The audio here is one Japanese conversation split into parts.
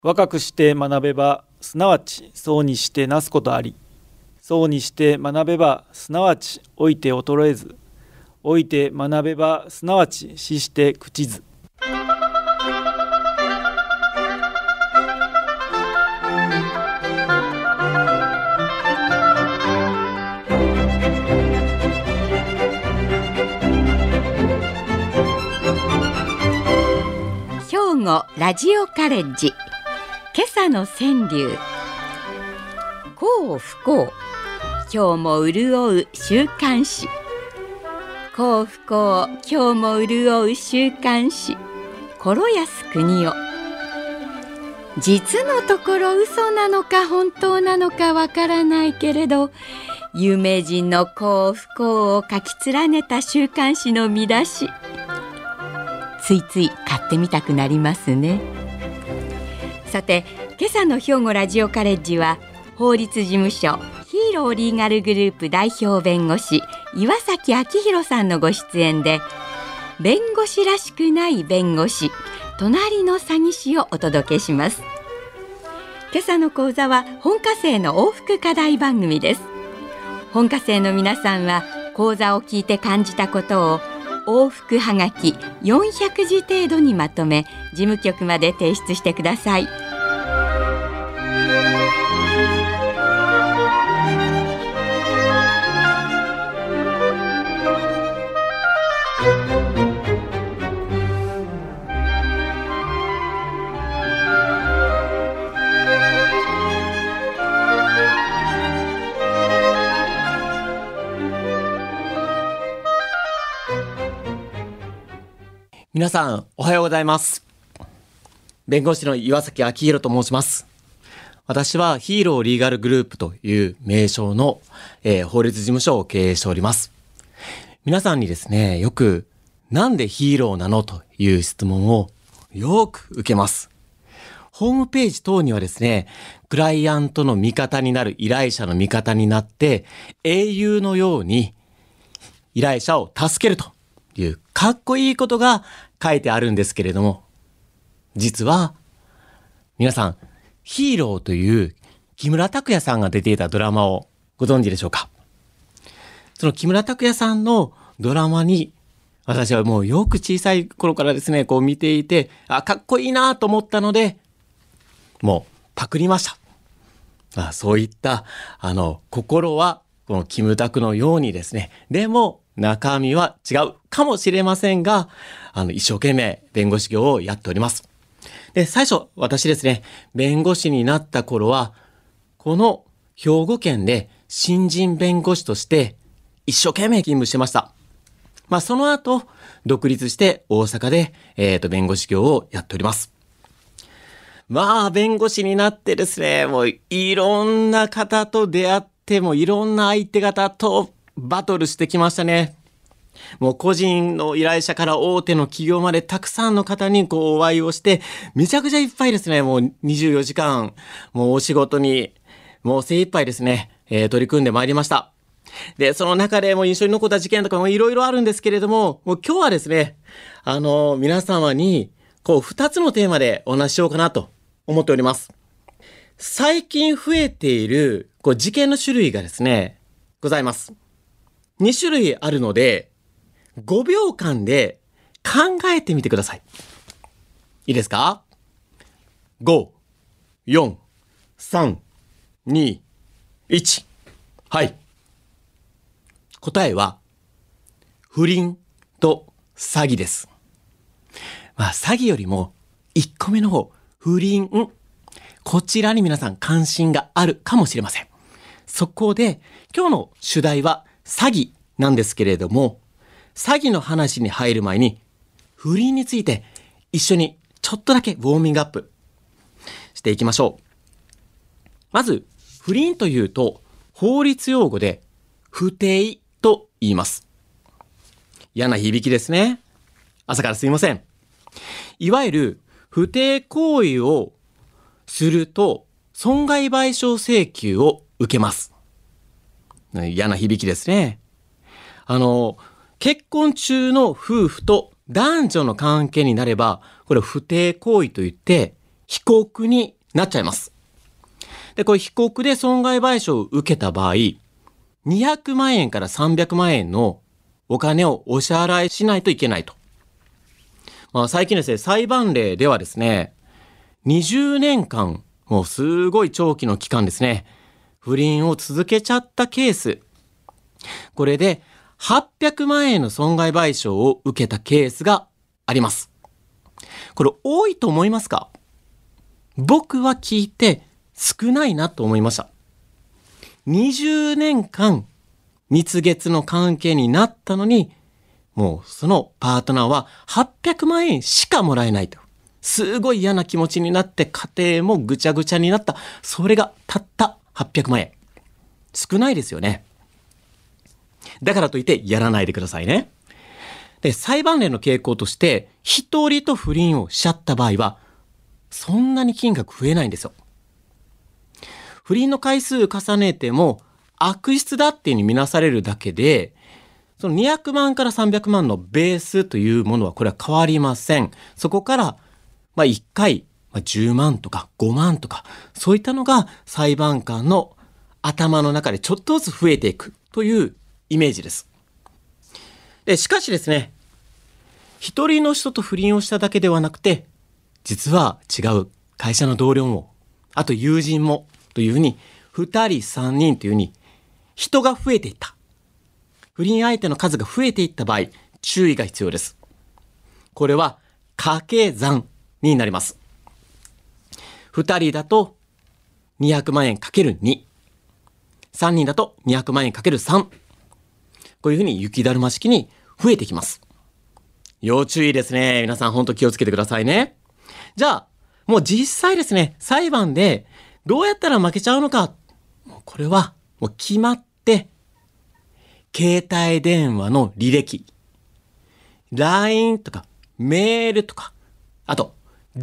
若くして学べば、すなわちそうにしてなすことあり。そうにして学べば、すなわち老いて衰えず。老いて学べば、すなわち死して朽ちず。 兵庫ラジオカレッジ今朝の川柳。幸不幸、今日も潤う週刊誌。幸不幸、今日も潤う週刊誌。頃安国夫。実のところ嘘なのか本当なのかわからないけれど、有名人の幸不幸を書き連ねた週刊誌の見出し、ついつい買ってみたくなりますね。さて、今朝の兵庫ラジオカレッジは、法律事務所ヒーローリーガルグループ代表弁護士岩崎明弘さんのご出演で、弁護士らしくない弁護士、隣の詐欺師をお届けします。今朝の講座は本科生の往復課題番組です。本科生の皆さんは講座を聞いて感じたことを往復はがき400字程度にまとめ、事務局まで提出してください。 皆さんおはようございます。弁護士の岩崎明弘と申します。私はヒーローリーガルグループという名称の、法律事務所を経営しております。皆さんにですね、よくなんでヒーローなのという質問をよく受けます。ホームページ等にはですね、クライアントの味方になる依頼者の味方になって英雄のように依頼者を助けるというかっこいいことが書いてあるんですけれども、実は皆さんヒーローという木村拓哉さんが出ていたドラマをご存知でしょうか。その木村拓哉さんのドラマに私はもうよく小さい頃からですね、こう見ていて、かっこいいなと思ったので、もうパクりました。そういった心はこのキムタクのようにですね、でも中身は違うかもしれませんが、一生懸命弁護士業をやっております。で、最初私ですね、弁護士になった頃はこの兵庫県で新人弁護士として一生懸命勤務してました。その後独立して大阪で弁護士業をやっております。弁護士になってですね、もういろんな方と出会って、もういろんな相手方とバトルしてきましたね。もう個人の依頼者から大手の企業までたくさんの方にお会いをして、めちゃくちゃいっぱいですね。もう24時間、もうお仕事にもう精一杯ですね、取り組んでまいりました。で、その中でも印象に残った事件とかもいろいろあるんですけれども、もう今日はですね、皆様に2つのテーマでお話ししようかなと思っております。最近増えている事件の種類がですね、ございます。2種類あるので、5秒間で考えてみてください。いいですか？ 5、4、3、2、1。はい。答えは、不倫と詐欺です。詐欺よりも1個目の方、不倫。こちらに皆さん関心があるかもしれません。そこで今日の主題は詐欺なんですけれども、詐欺の話に入る前に不倫について一緒にちょっとだけウォーミングアップしていきましょう。まず不倫というと法律用語で不貞と言います。嫌な響きですね。朝からすいません。いわゆる不貞行為をすると損害賠償請求を受けます。嫌な響きですね。結婚中の夫婦と男女の関係になれば、これ不貞行為といって被告になっちゃいます。で、これ被告で損害賠償を受けた場合、200万円から300万円のお金をお支払いしないといけないと。最近ですね、裁判例ではですね、20年間、もうすごい長期の期間ですね、不倫を続けちゃったケース、これで800万円の損害賠償を受けたケースがあります。これ多いと思いますか？僕は聞いて少ないなと思いました。20年間蜜月の関係になったのに、もうそのパートナーは800万円しかもらえないと。すごい嫌な気持ちになって家庭もぐちゃぐちゃになった。それがたった800万円。少ないですよね。だからといってやらないでくださいね。で、裁判例の傾向として、一人と不倫をしちゃった場合は、そんなに金額増えないんですよ。不倫の回数重ねても悪質だっていうふうに見なされるだけで、その200万から300万のベースというものはこれは変わりません。そこから1回10万とか5万とか、そういったのが裁判官の頭の中でちょっとずつ増えていくというイメージです。で、しかしですね、一人の人と不倫をしただけではなくて、実は違う会社の同僚も、あと友人もというふうに、2人3人というふうに人が増えていった。不倫相手の数が増えていった場合、注意が必要です。これは掛け算になります。2人だと200万円かける2。3人だと200万円かける3。こういうふうに雪だるま式に増えてきます。要注意ですね。皆さん本当気をつけてくださいね。じゃあ、もう実際ですね、裁判でどうやったら負けちゃうのか。これはもう決まって、携帯電話の履歴、LINE とかメールとか、あと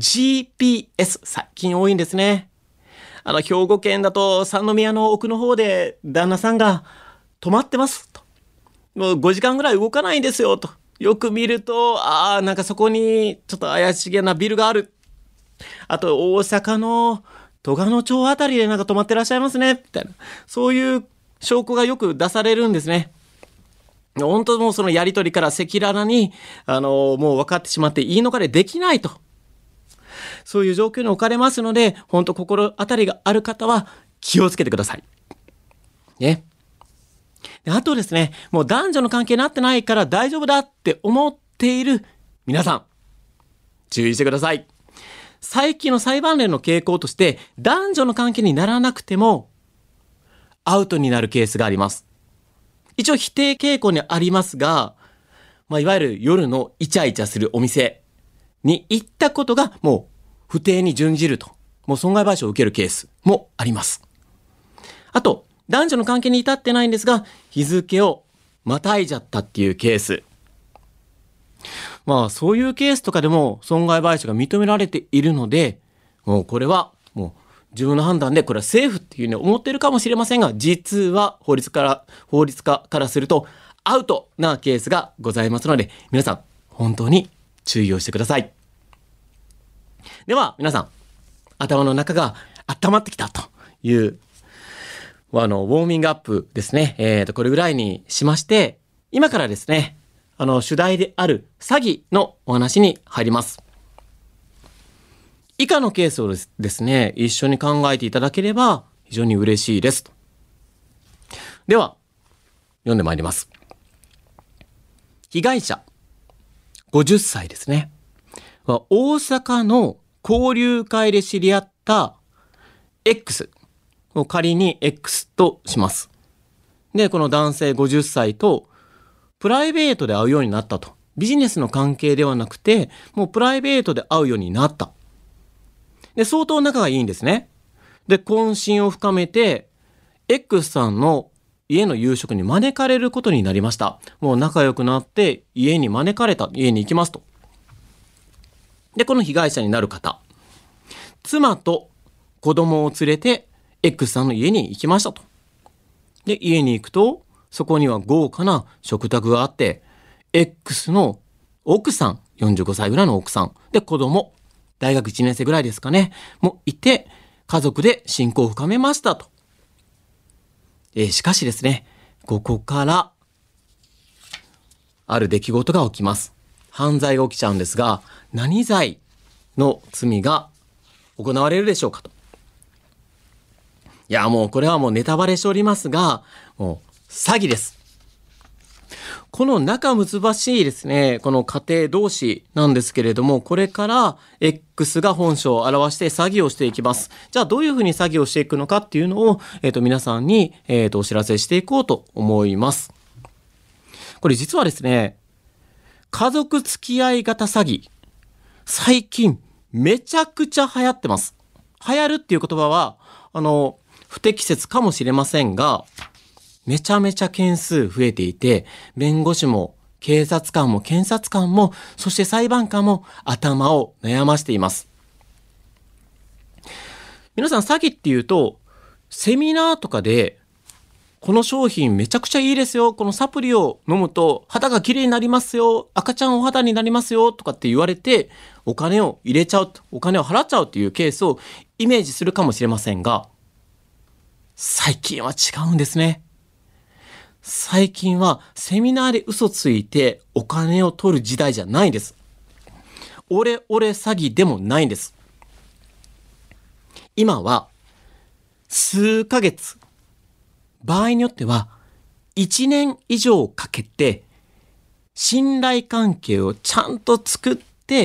GPS、最近多いんですね。兵庫県だと三宮の奥の方で旦那さんが止まってますと。もう5時間ぐらい動かないんですよと。よく見ると、なんかそこにちょっと怪しげなビルがある。あと大阪の戸賀野町あたりでなんか止まってらっしゃいますね。みたいな。そういう証拠がよく出されるんですね。本当もうそのやりとりから赤裸々に、もう分かってしまって言い逃れできないと。そういう状況に置かれますので、本当心当たりがある方は気をつけてください。ね。で、あとですね、もう男女の関係になってないから大丈夫だって思っている皆さん、注意してください。最近の裁判例の傾向として、男女の関係にならなくてもアウトになるケースがあります。一応否定傾向にありますが、いわゆる夜のイチャイチャするお店に行ったことがもう不定に準じると、もう損害賠償を受けるケースもあります。あと、男女の関係に至ってないんですが、日付をまたいじゃったっていうケース。そういうケースとかでも損害賠償が認められているので、もうこれはもう自分の判断でこれはセーフっていうふうに思っているかもしれませんが、実は法律家からするとアウトなケースがございますので、皆さん本当に注意をしてください。では皆さん、頭の中が温まってきたというウォーミングアップですね。これぐらいにしまして、今からですね、主題である詐欺のお話に入ります。以下のケースをですね、一緒に考えていただければ非常に嬉しいです。では、読んでまいります。被害者、50歳ですね。大阪の交流会で知り合った X を仮に X とします。で、この男性50歳とプライベートで会うようになったと。ビジネスの関係ではなくて、もうプライベートで会うようになった。で、相当仲がいいんですね。で、懇親を深めて、X さんの家の夕食に招かれることになりました。もう仲良くなって家に招かれた、家に行きますと。で、この被害者になる方、妻と子供を連れて X さんの家に行きましたと。で、家に行くと、そこには豪華な食卓があって、X の奥さん、45歳ぐらいの奥さん、で、子供大学1年生ぐらいですかね、もいて、家族で親交を深めましたと。しかしですね、ここからある出来事が起きます。犯罪が起きちゃうんですが、何罪の罪が行われるでしょうかと。いや、もうこれはもうネタバレしておりますが、もう詐欺です。この仲難しいですね、この家庭同士なんですけれども、これから X が本性を表して詐欺をしていきます。じゃあどういうふうに詐欺をしていくのかっていうのを、皆さんに、お知らせしていこうと思います。これ実はですね、家族付き合い型詐欺、最近めちゃくちゃ流行ってます。流行るっていう言葉は、不適切かもしれませんが、めちゃめちゃ件数増えていて、弁護士も警察官も検察官も、そして裁判官も頭を悩ましています。皆さん詐欺っていうと、セミナーとかで、この商品めちゃくちゃいいですよ。このサプリを飲むと肌が綺麗になりますよ。赤ちゃんお肌になりますよ。とかって言われて、お金を入れちゃう、お金を払っちゃうっていうケースをイメージするかもしれませんが、最近は違うんですね。最近はセミナーで嘘ついてお金を取る時代じゃないんです。オレオレ詐欺でもないんです。今は数ヶ月、場合によっては1年以上かけて信頼関係をちゃんと作って、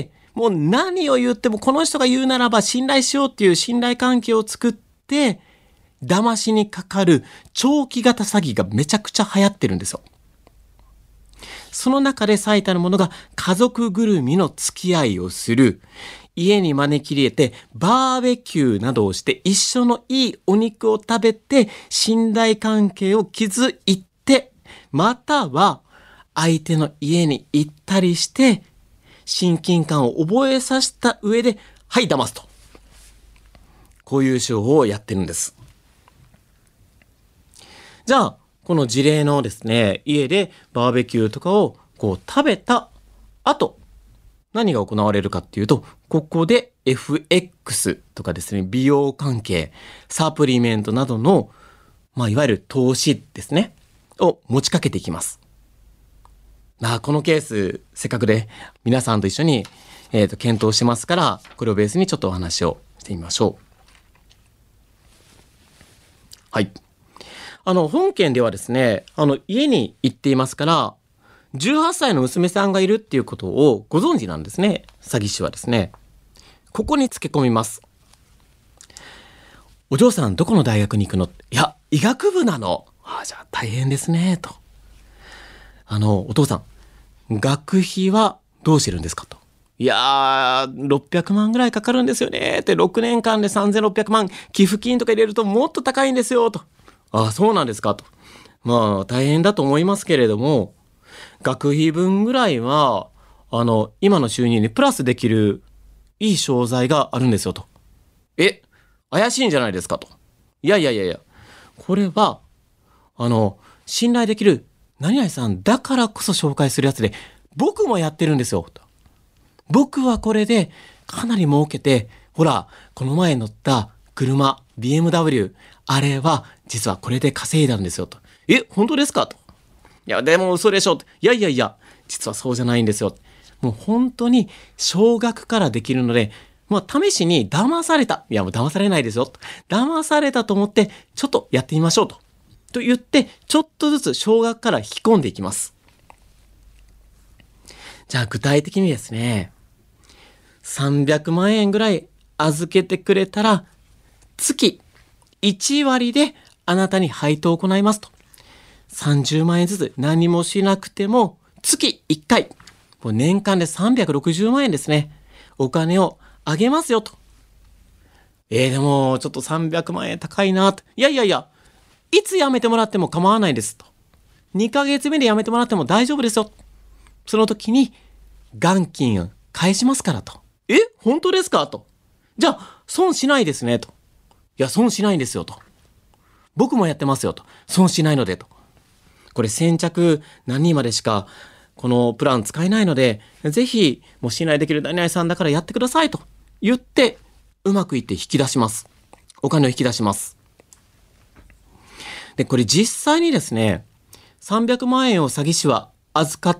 もう何を言ってもこの人が言うならば信頼しようっていう信頼関係を作って騙しにかかる長期型詐欺がめちゃくちゃ流行ってるんですよ。その中で最たるものが家族ぐるみの付き合いをする、家に招き入れてバーベキューなどをして一緒のいいお肉を食べて信頼関係を築いて、または相手の家に行ったりして親近感を覚えさせた上で、はい、騙すと。こういう手法をやってるんです。じゃあ、この事例のですね、家でバーベキューとかをこう食べた後、何が行われるかっていうと、ここで FX とかですね、美容関係、サプリメントなどの、いわゆる投資ですね、を持ちかけていきます。このケース、せっかくで皆さんと一緒に、検討してますから、これをベースにちょっとお話をしてみましょう。はい。本件ではですね、家に行っていますから、18歳の娘さんがいるっていうことをご存知なんですね。詐欺師はですね。ここにつけ込みます。お嬢さんどこの大学に行くの？いや、医学部なの。じゃあ大変ですね、と。お父さん、学費はどうしてるんですかと。いやー、600万ぐらいかかるんですよね。って、6年間で3600万、寄付金とか入れるともっと高いんですよ、と。そうなんですかと。大変だと思いますけれども、学費分ぐらいは、今の収入にプラスできるいい商材があるんですよと。怪しいんじゃないですかと。いや、これは、信頼できる何々さんだからこそ紹介するやつで、僕もやってるんですよと。僕はこれでかなり儲けて、ほら、この前乗った車、BMW、あれは実はこれで稼いだんですよと。本当ですかと。いや、でも嘘でしょと。いや、実はそうじゃないんですよ。もう本当に少額からできるので、試しに騙された。いや、もう騙されないですよ。騙されたと思って、ちょっとやってみましょうと。と言って、ちょっとずつ少額から引き込んでいきます。じゃあ具体的にですね、300万円ぐらい預けてくれたら、月1割であなたに配当を行いますと。30万円ずつ何もしなくても月1回、もう年間で360万円ですね。お金をあげますよと。でもちょっと300万円高いなと。いや、いつ辞めてもらっても構わないですと。2ヶ月目で辞めてもらっても大丈夫ですよ。その時に元金返しますからと。本当ですかと。じゃあ損しないですねと。いや、損しないんですよと。僕もやってますよと。損しないのでと。これ先着何人までしかこのプラン使えないので、ぜひもう信頼できる何々さんだからやってくださいと言って、うまくいって引き出します。お金を引き出します。で、これ実際にですね、300万円を詐欺師は預かって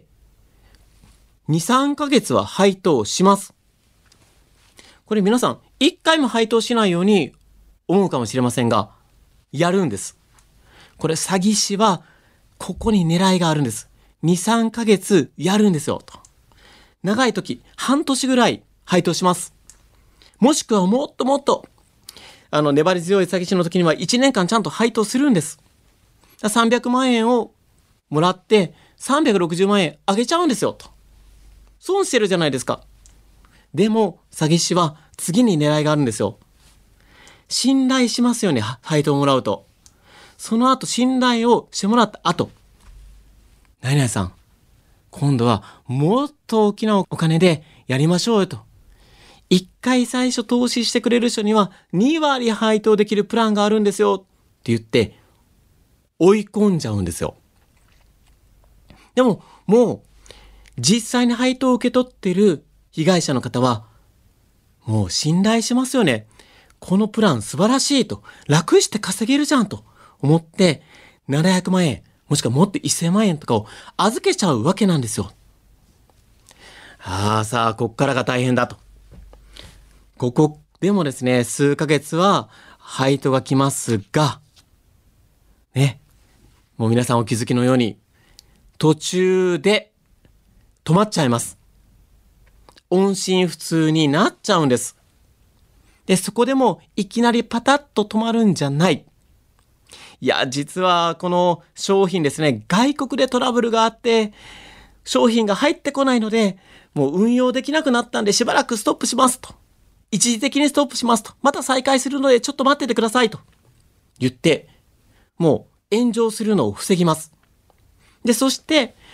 、2、3ヶ月は配当します。これ皆さん、1回も配当しないように思うかもしれませんが、やるんです。これ詐欺師は、ここに狙いがあるんです。2、3ヶ月やるんですよ。と。長い時、半年ぐらい配当します。もしくはもっともっと、粘り強い詐欺師の時には1年間ちゃんと配当するんです。300万円をもらって360万円あげちゃうんですよ。と。損してるじゃないですか。でも、詐欺師は次に狙いがあるんですよ。信頼しますよね、配当をもらうと。その後、信頼をしてもらった後、何々さん、今度はもっと大きなお金でやりましょうよと。一回最初投資してくれる人には2割配当できるプランがあるんですよって言って追い込んじゃうんですよ。でももう実際に配当を受け取っている被害者の方はもう信頼しますよね。このプラン素晴らしいと、楽して稼げるじゃんと思って700万円もしくはもっと1000万円とかを預けちゃうわけなんですよ。さあこっからが大変だと。ここでもですね、数ヶ月は配当が来ますが、ね、もう皆さんお気づきのように、途中で止まっちゃいます。音信不通になっちゃうんです。で、そこでもいきなりパタッと止まるんじゃない。いや、実はこの商品ですね、外国でトラブルがあって、商品が入ってこないので、もう運用できなくなったんでしばらくストップしますと。一時的にストップしますと。また再開するのでちょっと待っててくださいと言って、もう炎上するのを防ぎます。で、そして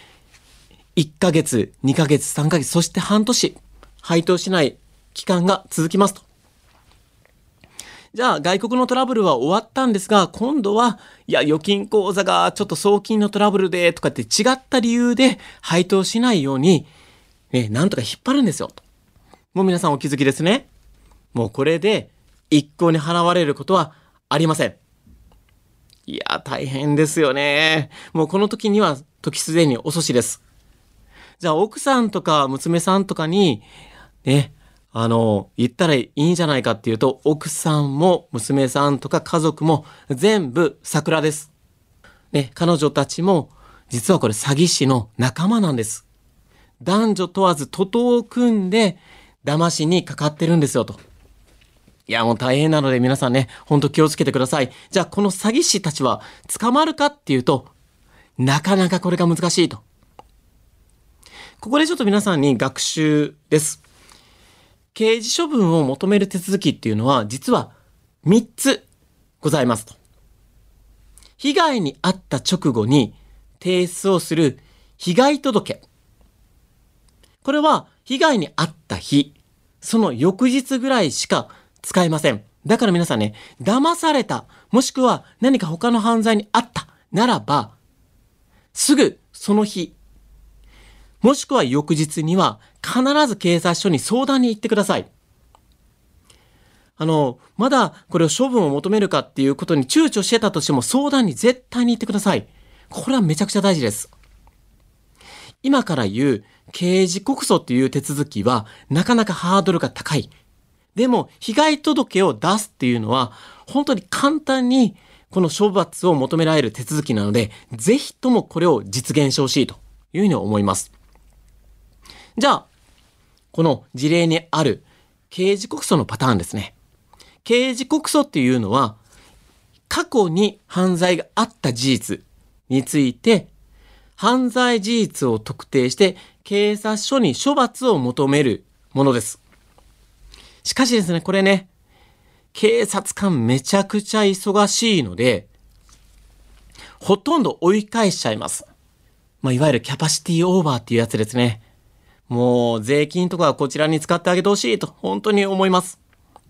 、1ヶ月、2ヶ月、3ヶ月、そして半年、配当しない期間が続きますと。じゃあ、外国のトラブルは終わったんですが、今度は、いや、預金口座がちょっと送金のトラブルで、とかって違った理由で配当しないように、ね、なんとか引っ張るんですよ。もう皆さんお気づきですね。もうこれで一向に払われることはありません。いや、大変ですよね。もうこの時には時すでに遅しです。じゃあ奥さんとか娘さんとかにね、言ったらいいんじゃないかっていうと、奥さんも娘さんとか家族も全部桜です。ね、彼女たちも実はこれ詐欺師の仲間なんです。男女問わず徒党を組んで騙しにかかってるんですよと。いや、もう大変なので皆さんね、ほんと気をつけてください。じゃあこの詐欺師たちは捕まるかっていうと、なかなかこれが難しいと。ここでちょっと皆さんに学習です。刑事処分を求める手続きっていうのは実は3つございますと。被害に遭った直後に提出をする被害届。これは被害に遭った日、その翌日ぐらいしか使えません。だから皆さんね、騙された、もしくは何か他の犯罪に遭ったならば、すぐその日、もしくは翌日には必ず警察署に相談に行ってください。まだこれを処分を求めるかっていうことに躊躇してたとしても相談に絶対に行ってください。これはめちゃくちゃ大事です。今から言う刑事告訴っていう手続きはなかなかハードルが高い。でも被害届を出すっていうのは本当に簡単にこの処罰を求められる手続きなので、ぜひともこれを実現してほしいというふうに思います。じゃあ、この事例にある刑事告訴のパターンですね。刑事告訴っていうのは、過去に犯罪があった事実について、犯罪事実を特定して警察署に処罰を求めるものです。しかしですね、これね、警察官めちゃくちゃ忙しいので、ほとんど追い返しちゃいます。いわゆるキャパシティオーバーっていうやつですね。もう税金とかはこちらに使ってあげてほしいと本当に思います。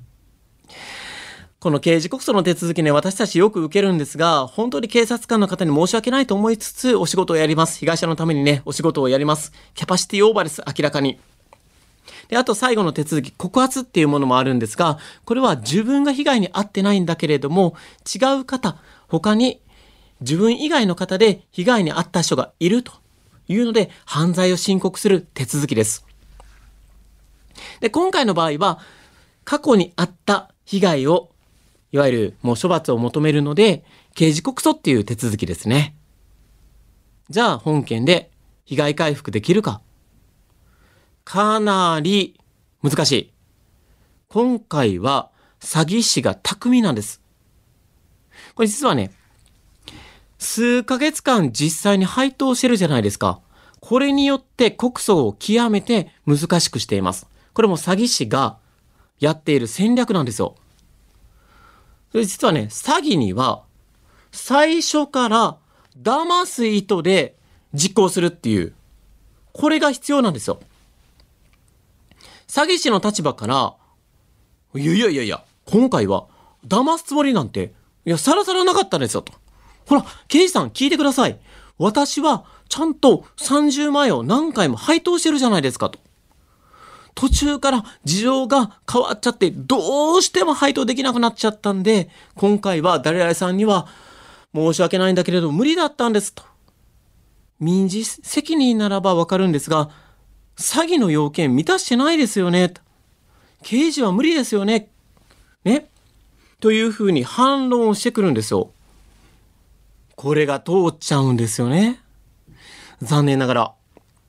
この刑事告訴の手続きね、私たちよく受けるんですが、本当に警察官の方に申し訳ないと思いつつお仕事をやります。被害者のためにね、お仕事をやります。キャパシティオーバーです、明らかに。 で、あと最後の手続き、告発っていうものもあるんですが、これは自分が被害に遭ってないんだけれども、違う方、他に自分以外の方で被害に遭った人がいるというので、犯罪を申告する手続きです。で、今回の場合は、過去にあった被害を、いわゆるもう処罰を求めるので、刑事告訴っていう手続きですね。じゃあ、本件で被害回復できるか。かなり難しい。今回は詐欺師が巧みなんです。これ実はね、数ヶ月間実際に配当してるじゃないですか。これによって告訴を極めて難しくしています。これも詐欺師がやっている戦略なんですよ。で実はね、詐欺には最初から騙す意図で実行するっていう、これが必要なんですよ。詐欺師の立場から、いや、今回は騙すつもりなんて、さらさらなかったんですよと。ほら、刑事さん聞いてください。私はちゃんと30万円を何回も配当してるじゃないですかと。途中から事情が変わっちゃって、どうしても配当できなくなっちゃったんで、今回は誰々さんには申し訳ないんだけれど無理だったんですと。民事責任ならばわかるんですが、詐欺の要件満たしてないですよね。刑事は無理ですよね。ね。というふうに反論をしてくるんですよ。これが通っちゃうんですよね。残念ながら。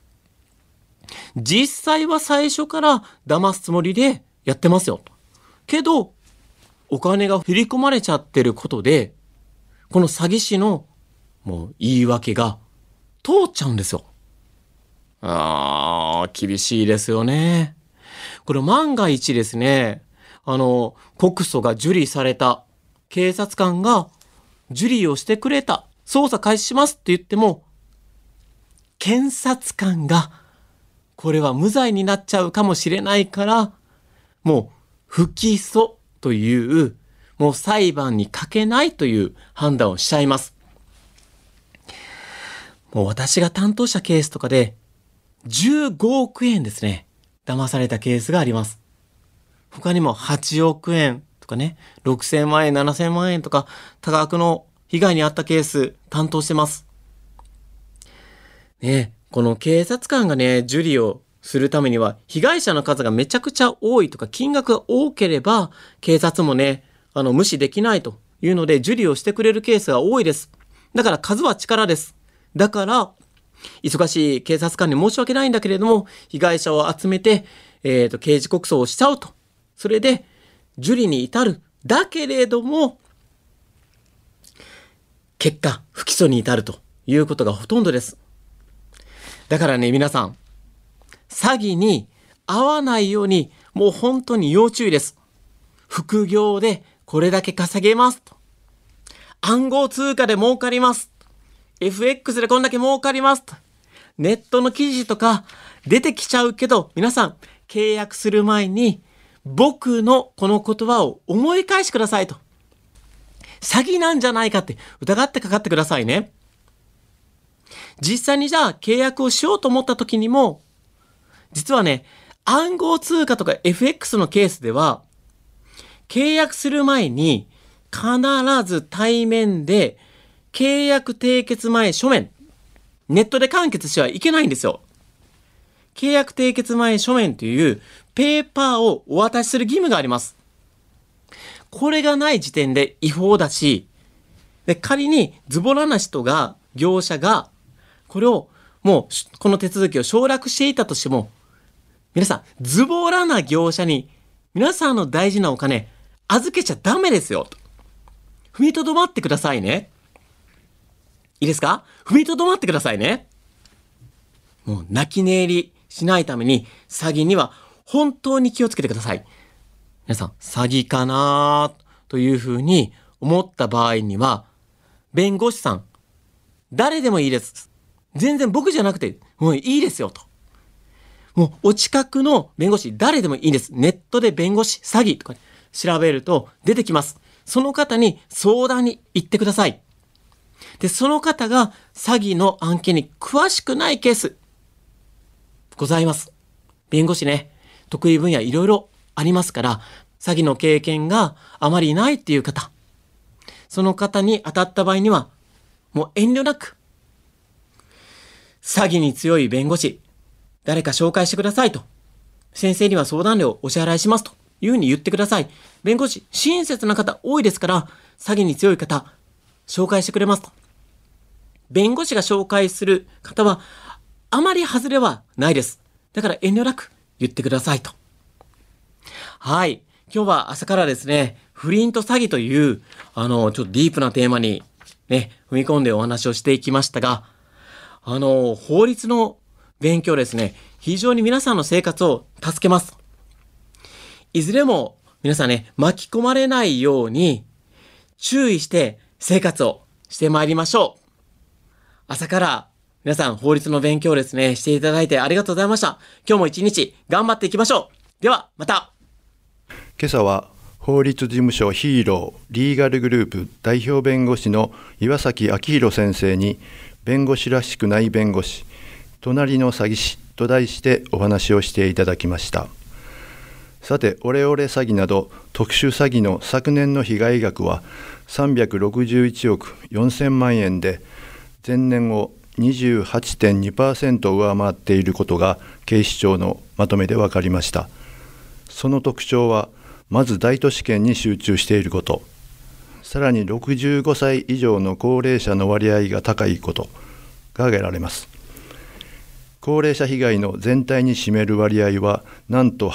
実際は最初から騙すつもりでやってますよ。けど、お金が振り込まれちゃってることで、この詐欺師のもう言い訳が通っちゃうんですよ。厳しいですよね。これ万が一ですね、告訴が受理された警察官が受理をしてくれた、捜査開始しますって言っても、検察官がこれは無罪になっちゃうかもしれないから、もう不起訴という、もう裁判にかけないという判断をしちゃいます。もう私が担当したケースとかで、15億円ですね、騙されたケースがあります。他にも8億円とかね、6000万円、7000万円とか多額の被害に遭ったケース担当してます。ね、この警察官がね、受理をするためには被害者の数がめちゃくちゃ多いとか金額が多ければ警察もね、無視できないというので受理をしてくれるケースが多いです。だから数は力です。だから忙しい警察官に申し訳ないんだけれども、被害者を集めて、刑事告訴をしちゃうと。それで、受理に至る。だけれども、結果、不起訴に至るということがほとんどです。だからね、皆さん、詐欺に遭わないように、もう本当に要注意です。副業でこれだけ稼げますと。暗号通貨で儲かります。FX でこんだけ儲かりますと。ネットの記事とか出てきちゃうけど、皆さん契約する前に僕のこの言葉を思い返してくださいと。詐欺なんじゃないかって疑ってかかってくださいね。実際にじゃあ契約をしようと思った時にも、実はね、暗号通貨とか FX のケースでは、契約する前に必ず対面で契約締結前書面、ネットで完結してはいけないんですよ。契約締結前書面というペーパーをお渡しする義務があります。これがない時点で違法だし、で仮にズボラな人が、業者が、これをもうこの手続きを承諾していたとしても、皆さん、ズボラな業者に皆さんの大事なお金預けちゃダメですよ。踏みとどまってくださいね。いいですか？踏みとどまってくださいね。もう泣き寝入りしないために詐欺には本当に気をつけてください。皆さん、詐欺かなというふうに思った場合には、弁護士さん、誰でもいいです。全然僕じゃなくてもういいですよと。もうお近くの弁護士誰でもいいんです。ネットで弁護士詐欺とか調べると出てきます。その方に相談に行ってください。で、その方が詐欺の案件に詳しくないケースございます。弁護士ね、 得意分野いろいろありますから、詐欺の経験があまりないっていう方、その方に当たった場合には、もう遠慮なく、詐欺に強い弁護士、誰か紹介してくださいと。先生には相談料をお支払いしますというふうに言ってください。弁護士、親切な方多いですから、詐欺に強い方、紹介してくれますと。弁護士が紹介する方は、あまり外れはないです。だから遠慮なく言ってくださいと。はい。今日は朝からですね、不倫と詐欺という、ちょっとディープなテーマにね、踏み込んでお話をしていきましたが、法律の勉強ですね、非常に皆さんの生活を助けます。いずれも皆さんね、巻き込まれないように注意して生活をしてまいりましょう。朝から皆さん法律の勉強をですね、していただいてありがとうございました。今日も一日頑張っていきましょう。ではまた。 今朝は法律事務所ヒーローリーガルグループ代表弁護士の岩崎明弘先生に、弁護士らしくない弁護士、隣の詐欺師と題してお話をしていただきました。さて、オレオレ詐欺など特殊詐欺の昨年の被害額は361億4000万円で、前年を 28.2% 上回っていることが警視庁のまとめで分かりました。その特徴は、まず大都市圏に集中していること、さらに65歳以上の高齢者の割合が高いことが挙げられます。高齢者被害の全体に占める割合はなんと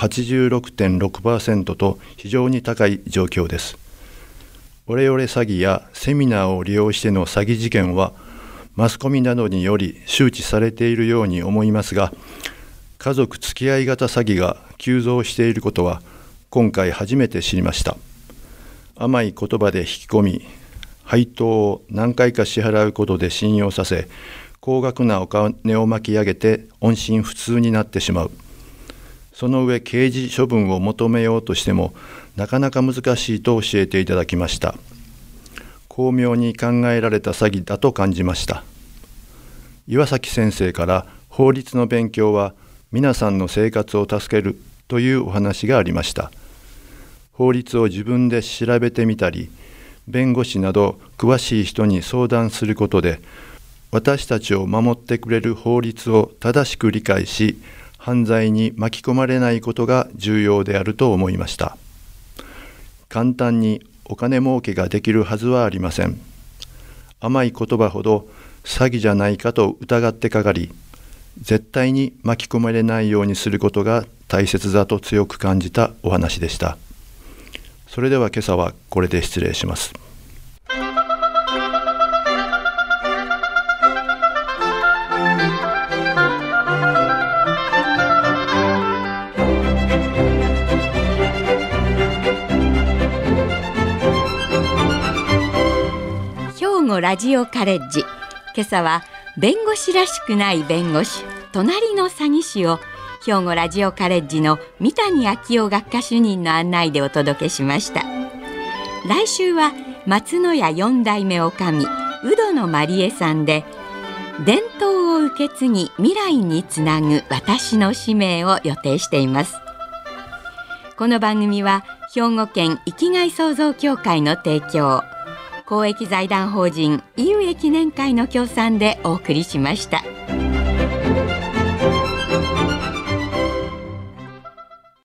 86.6% と非常に高い状況です。オレオレ詐欺やセミナーを利用しての詐欺事件はマスコミなどにより周知されているように思いますが、家族付き合い型詐欺が急増していることは今回初めて知りました。甘い言葉で引き込み、配当を何回か支払うことで信用させ、高額なお金を巻き上げて音信不通になってしまう。その上、刑事処分を求めようとしてもなかなか難しいと教えていただきました。巧妙に考えられた詐欺だと感じました。岩崎先生から法律の勉強は皆さんの生活を助けるというお話がありました。法律を自分で調べてみたり、弁護士など詳しい人に相談することで、私たちを守ってくれる法律を正しく理解し、犯罪に巻き込まれないことが重要であると思いました。簡単にお金儲けができるはずはありません。甘い言葉ほど詐欺じゃないかと疑ってかかり、絶対に巻き込まれないようにすることが大切だと強く感じたお話でした。それでは今朝はこれで失礼します。 兵庫ラジオカレッジ、今朝は弁護士らしくない弁護士、隣の詐欺師を兵庫ラジオカレッジの三谷昭夫学科主任の案内でお届けしました。来週は松野屋4代目女将宇戸野まりえさんで、伝統を受け継ぎ未来につなぐ私の使命を予定しています。この番組は兵庫県生きがい創造協会の提供、公益財団法人井上記念会の協賛でお送りしました。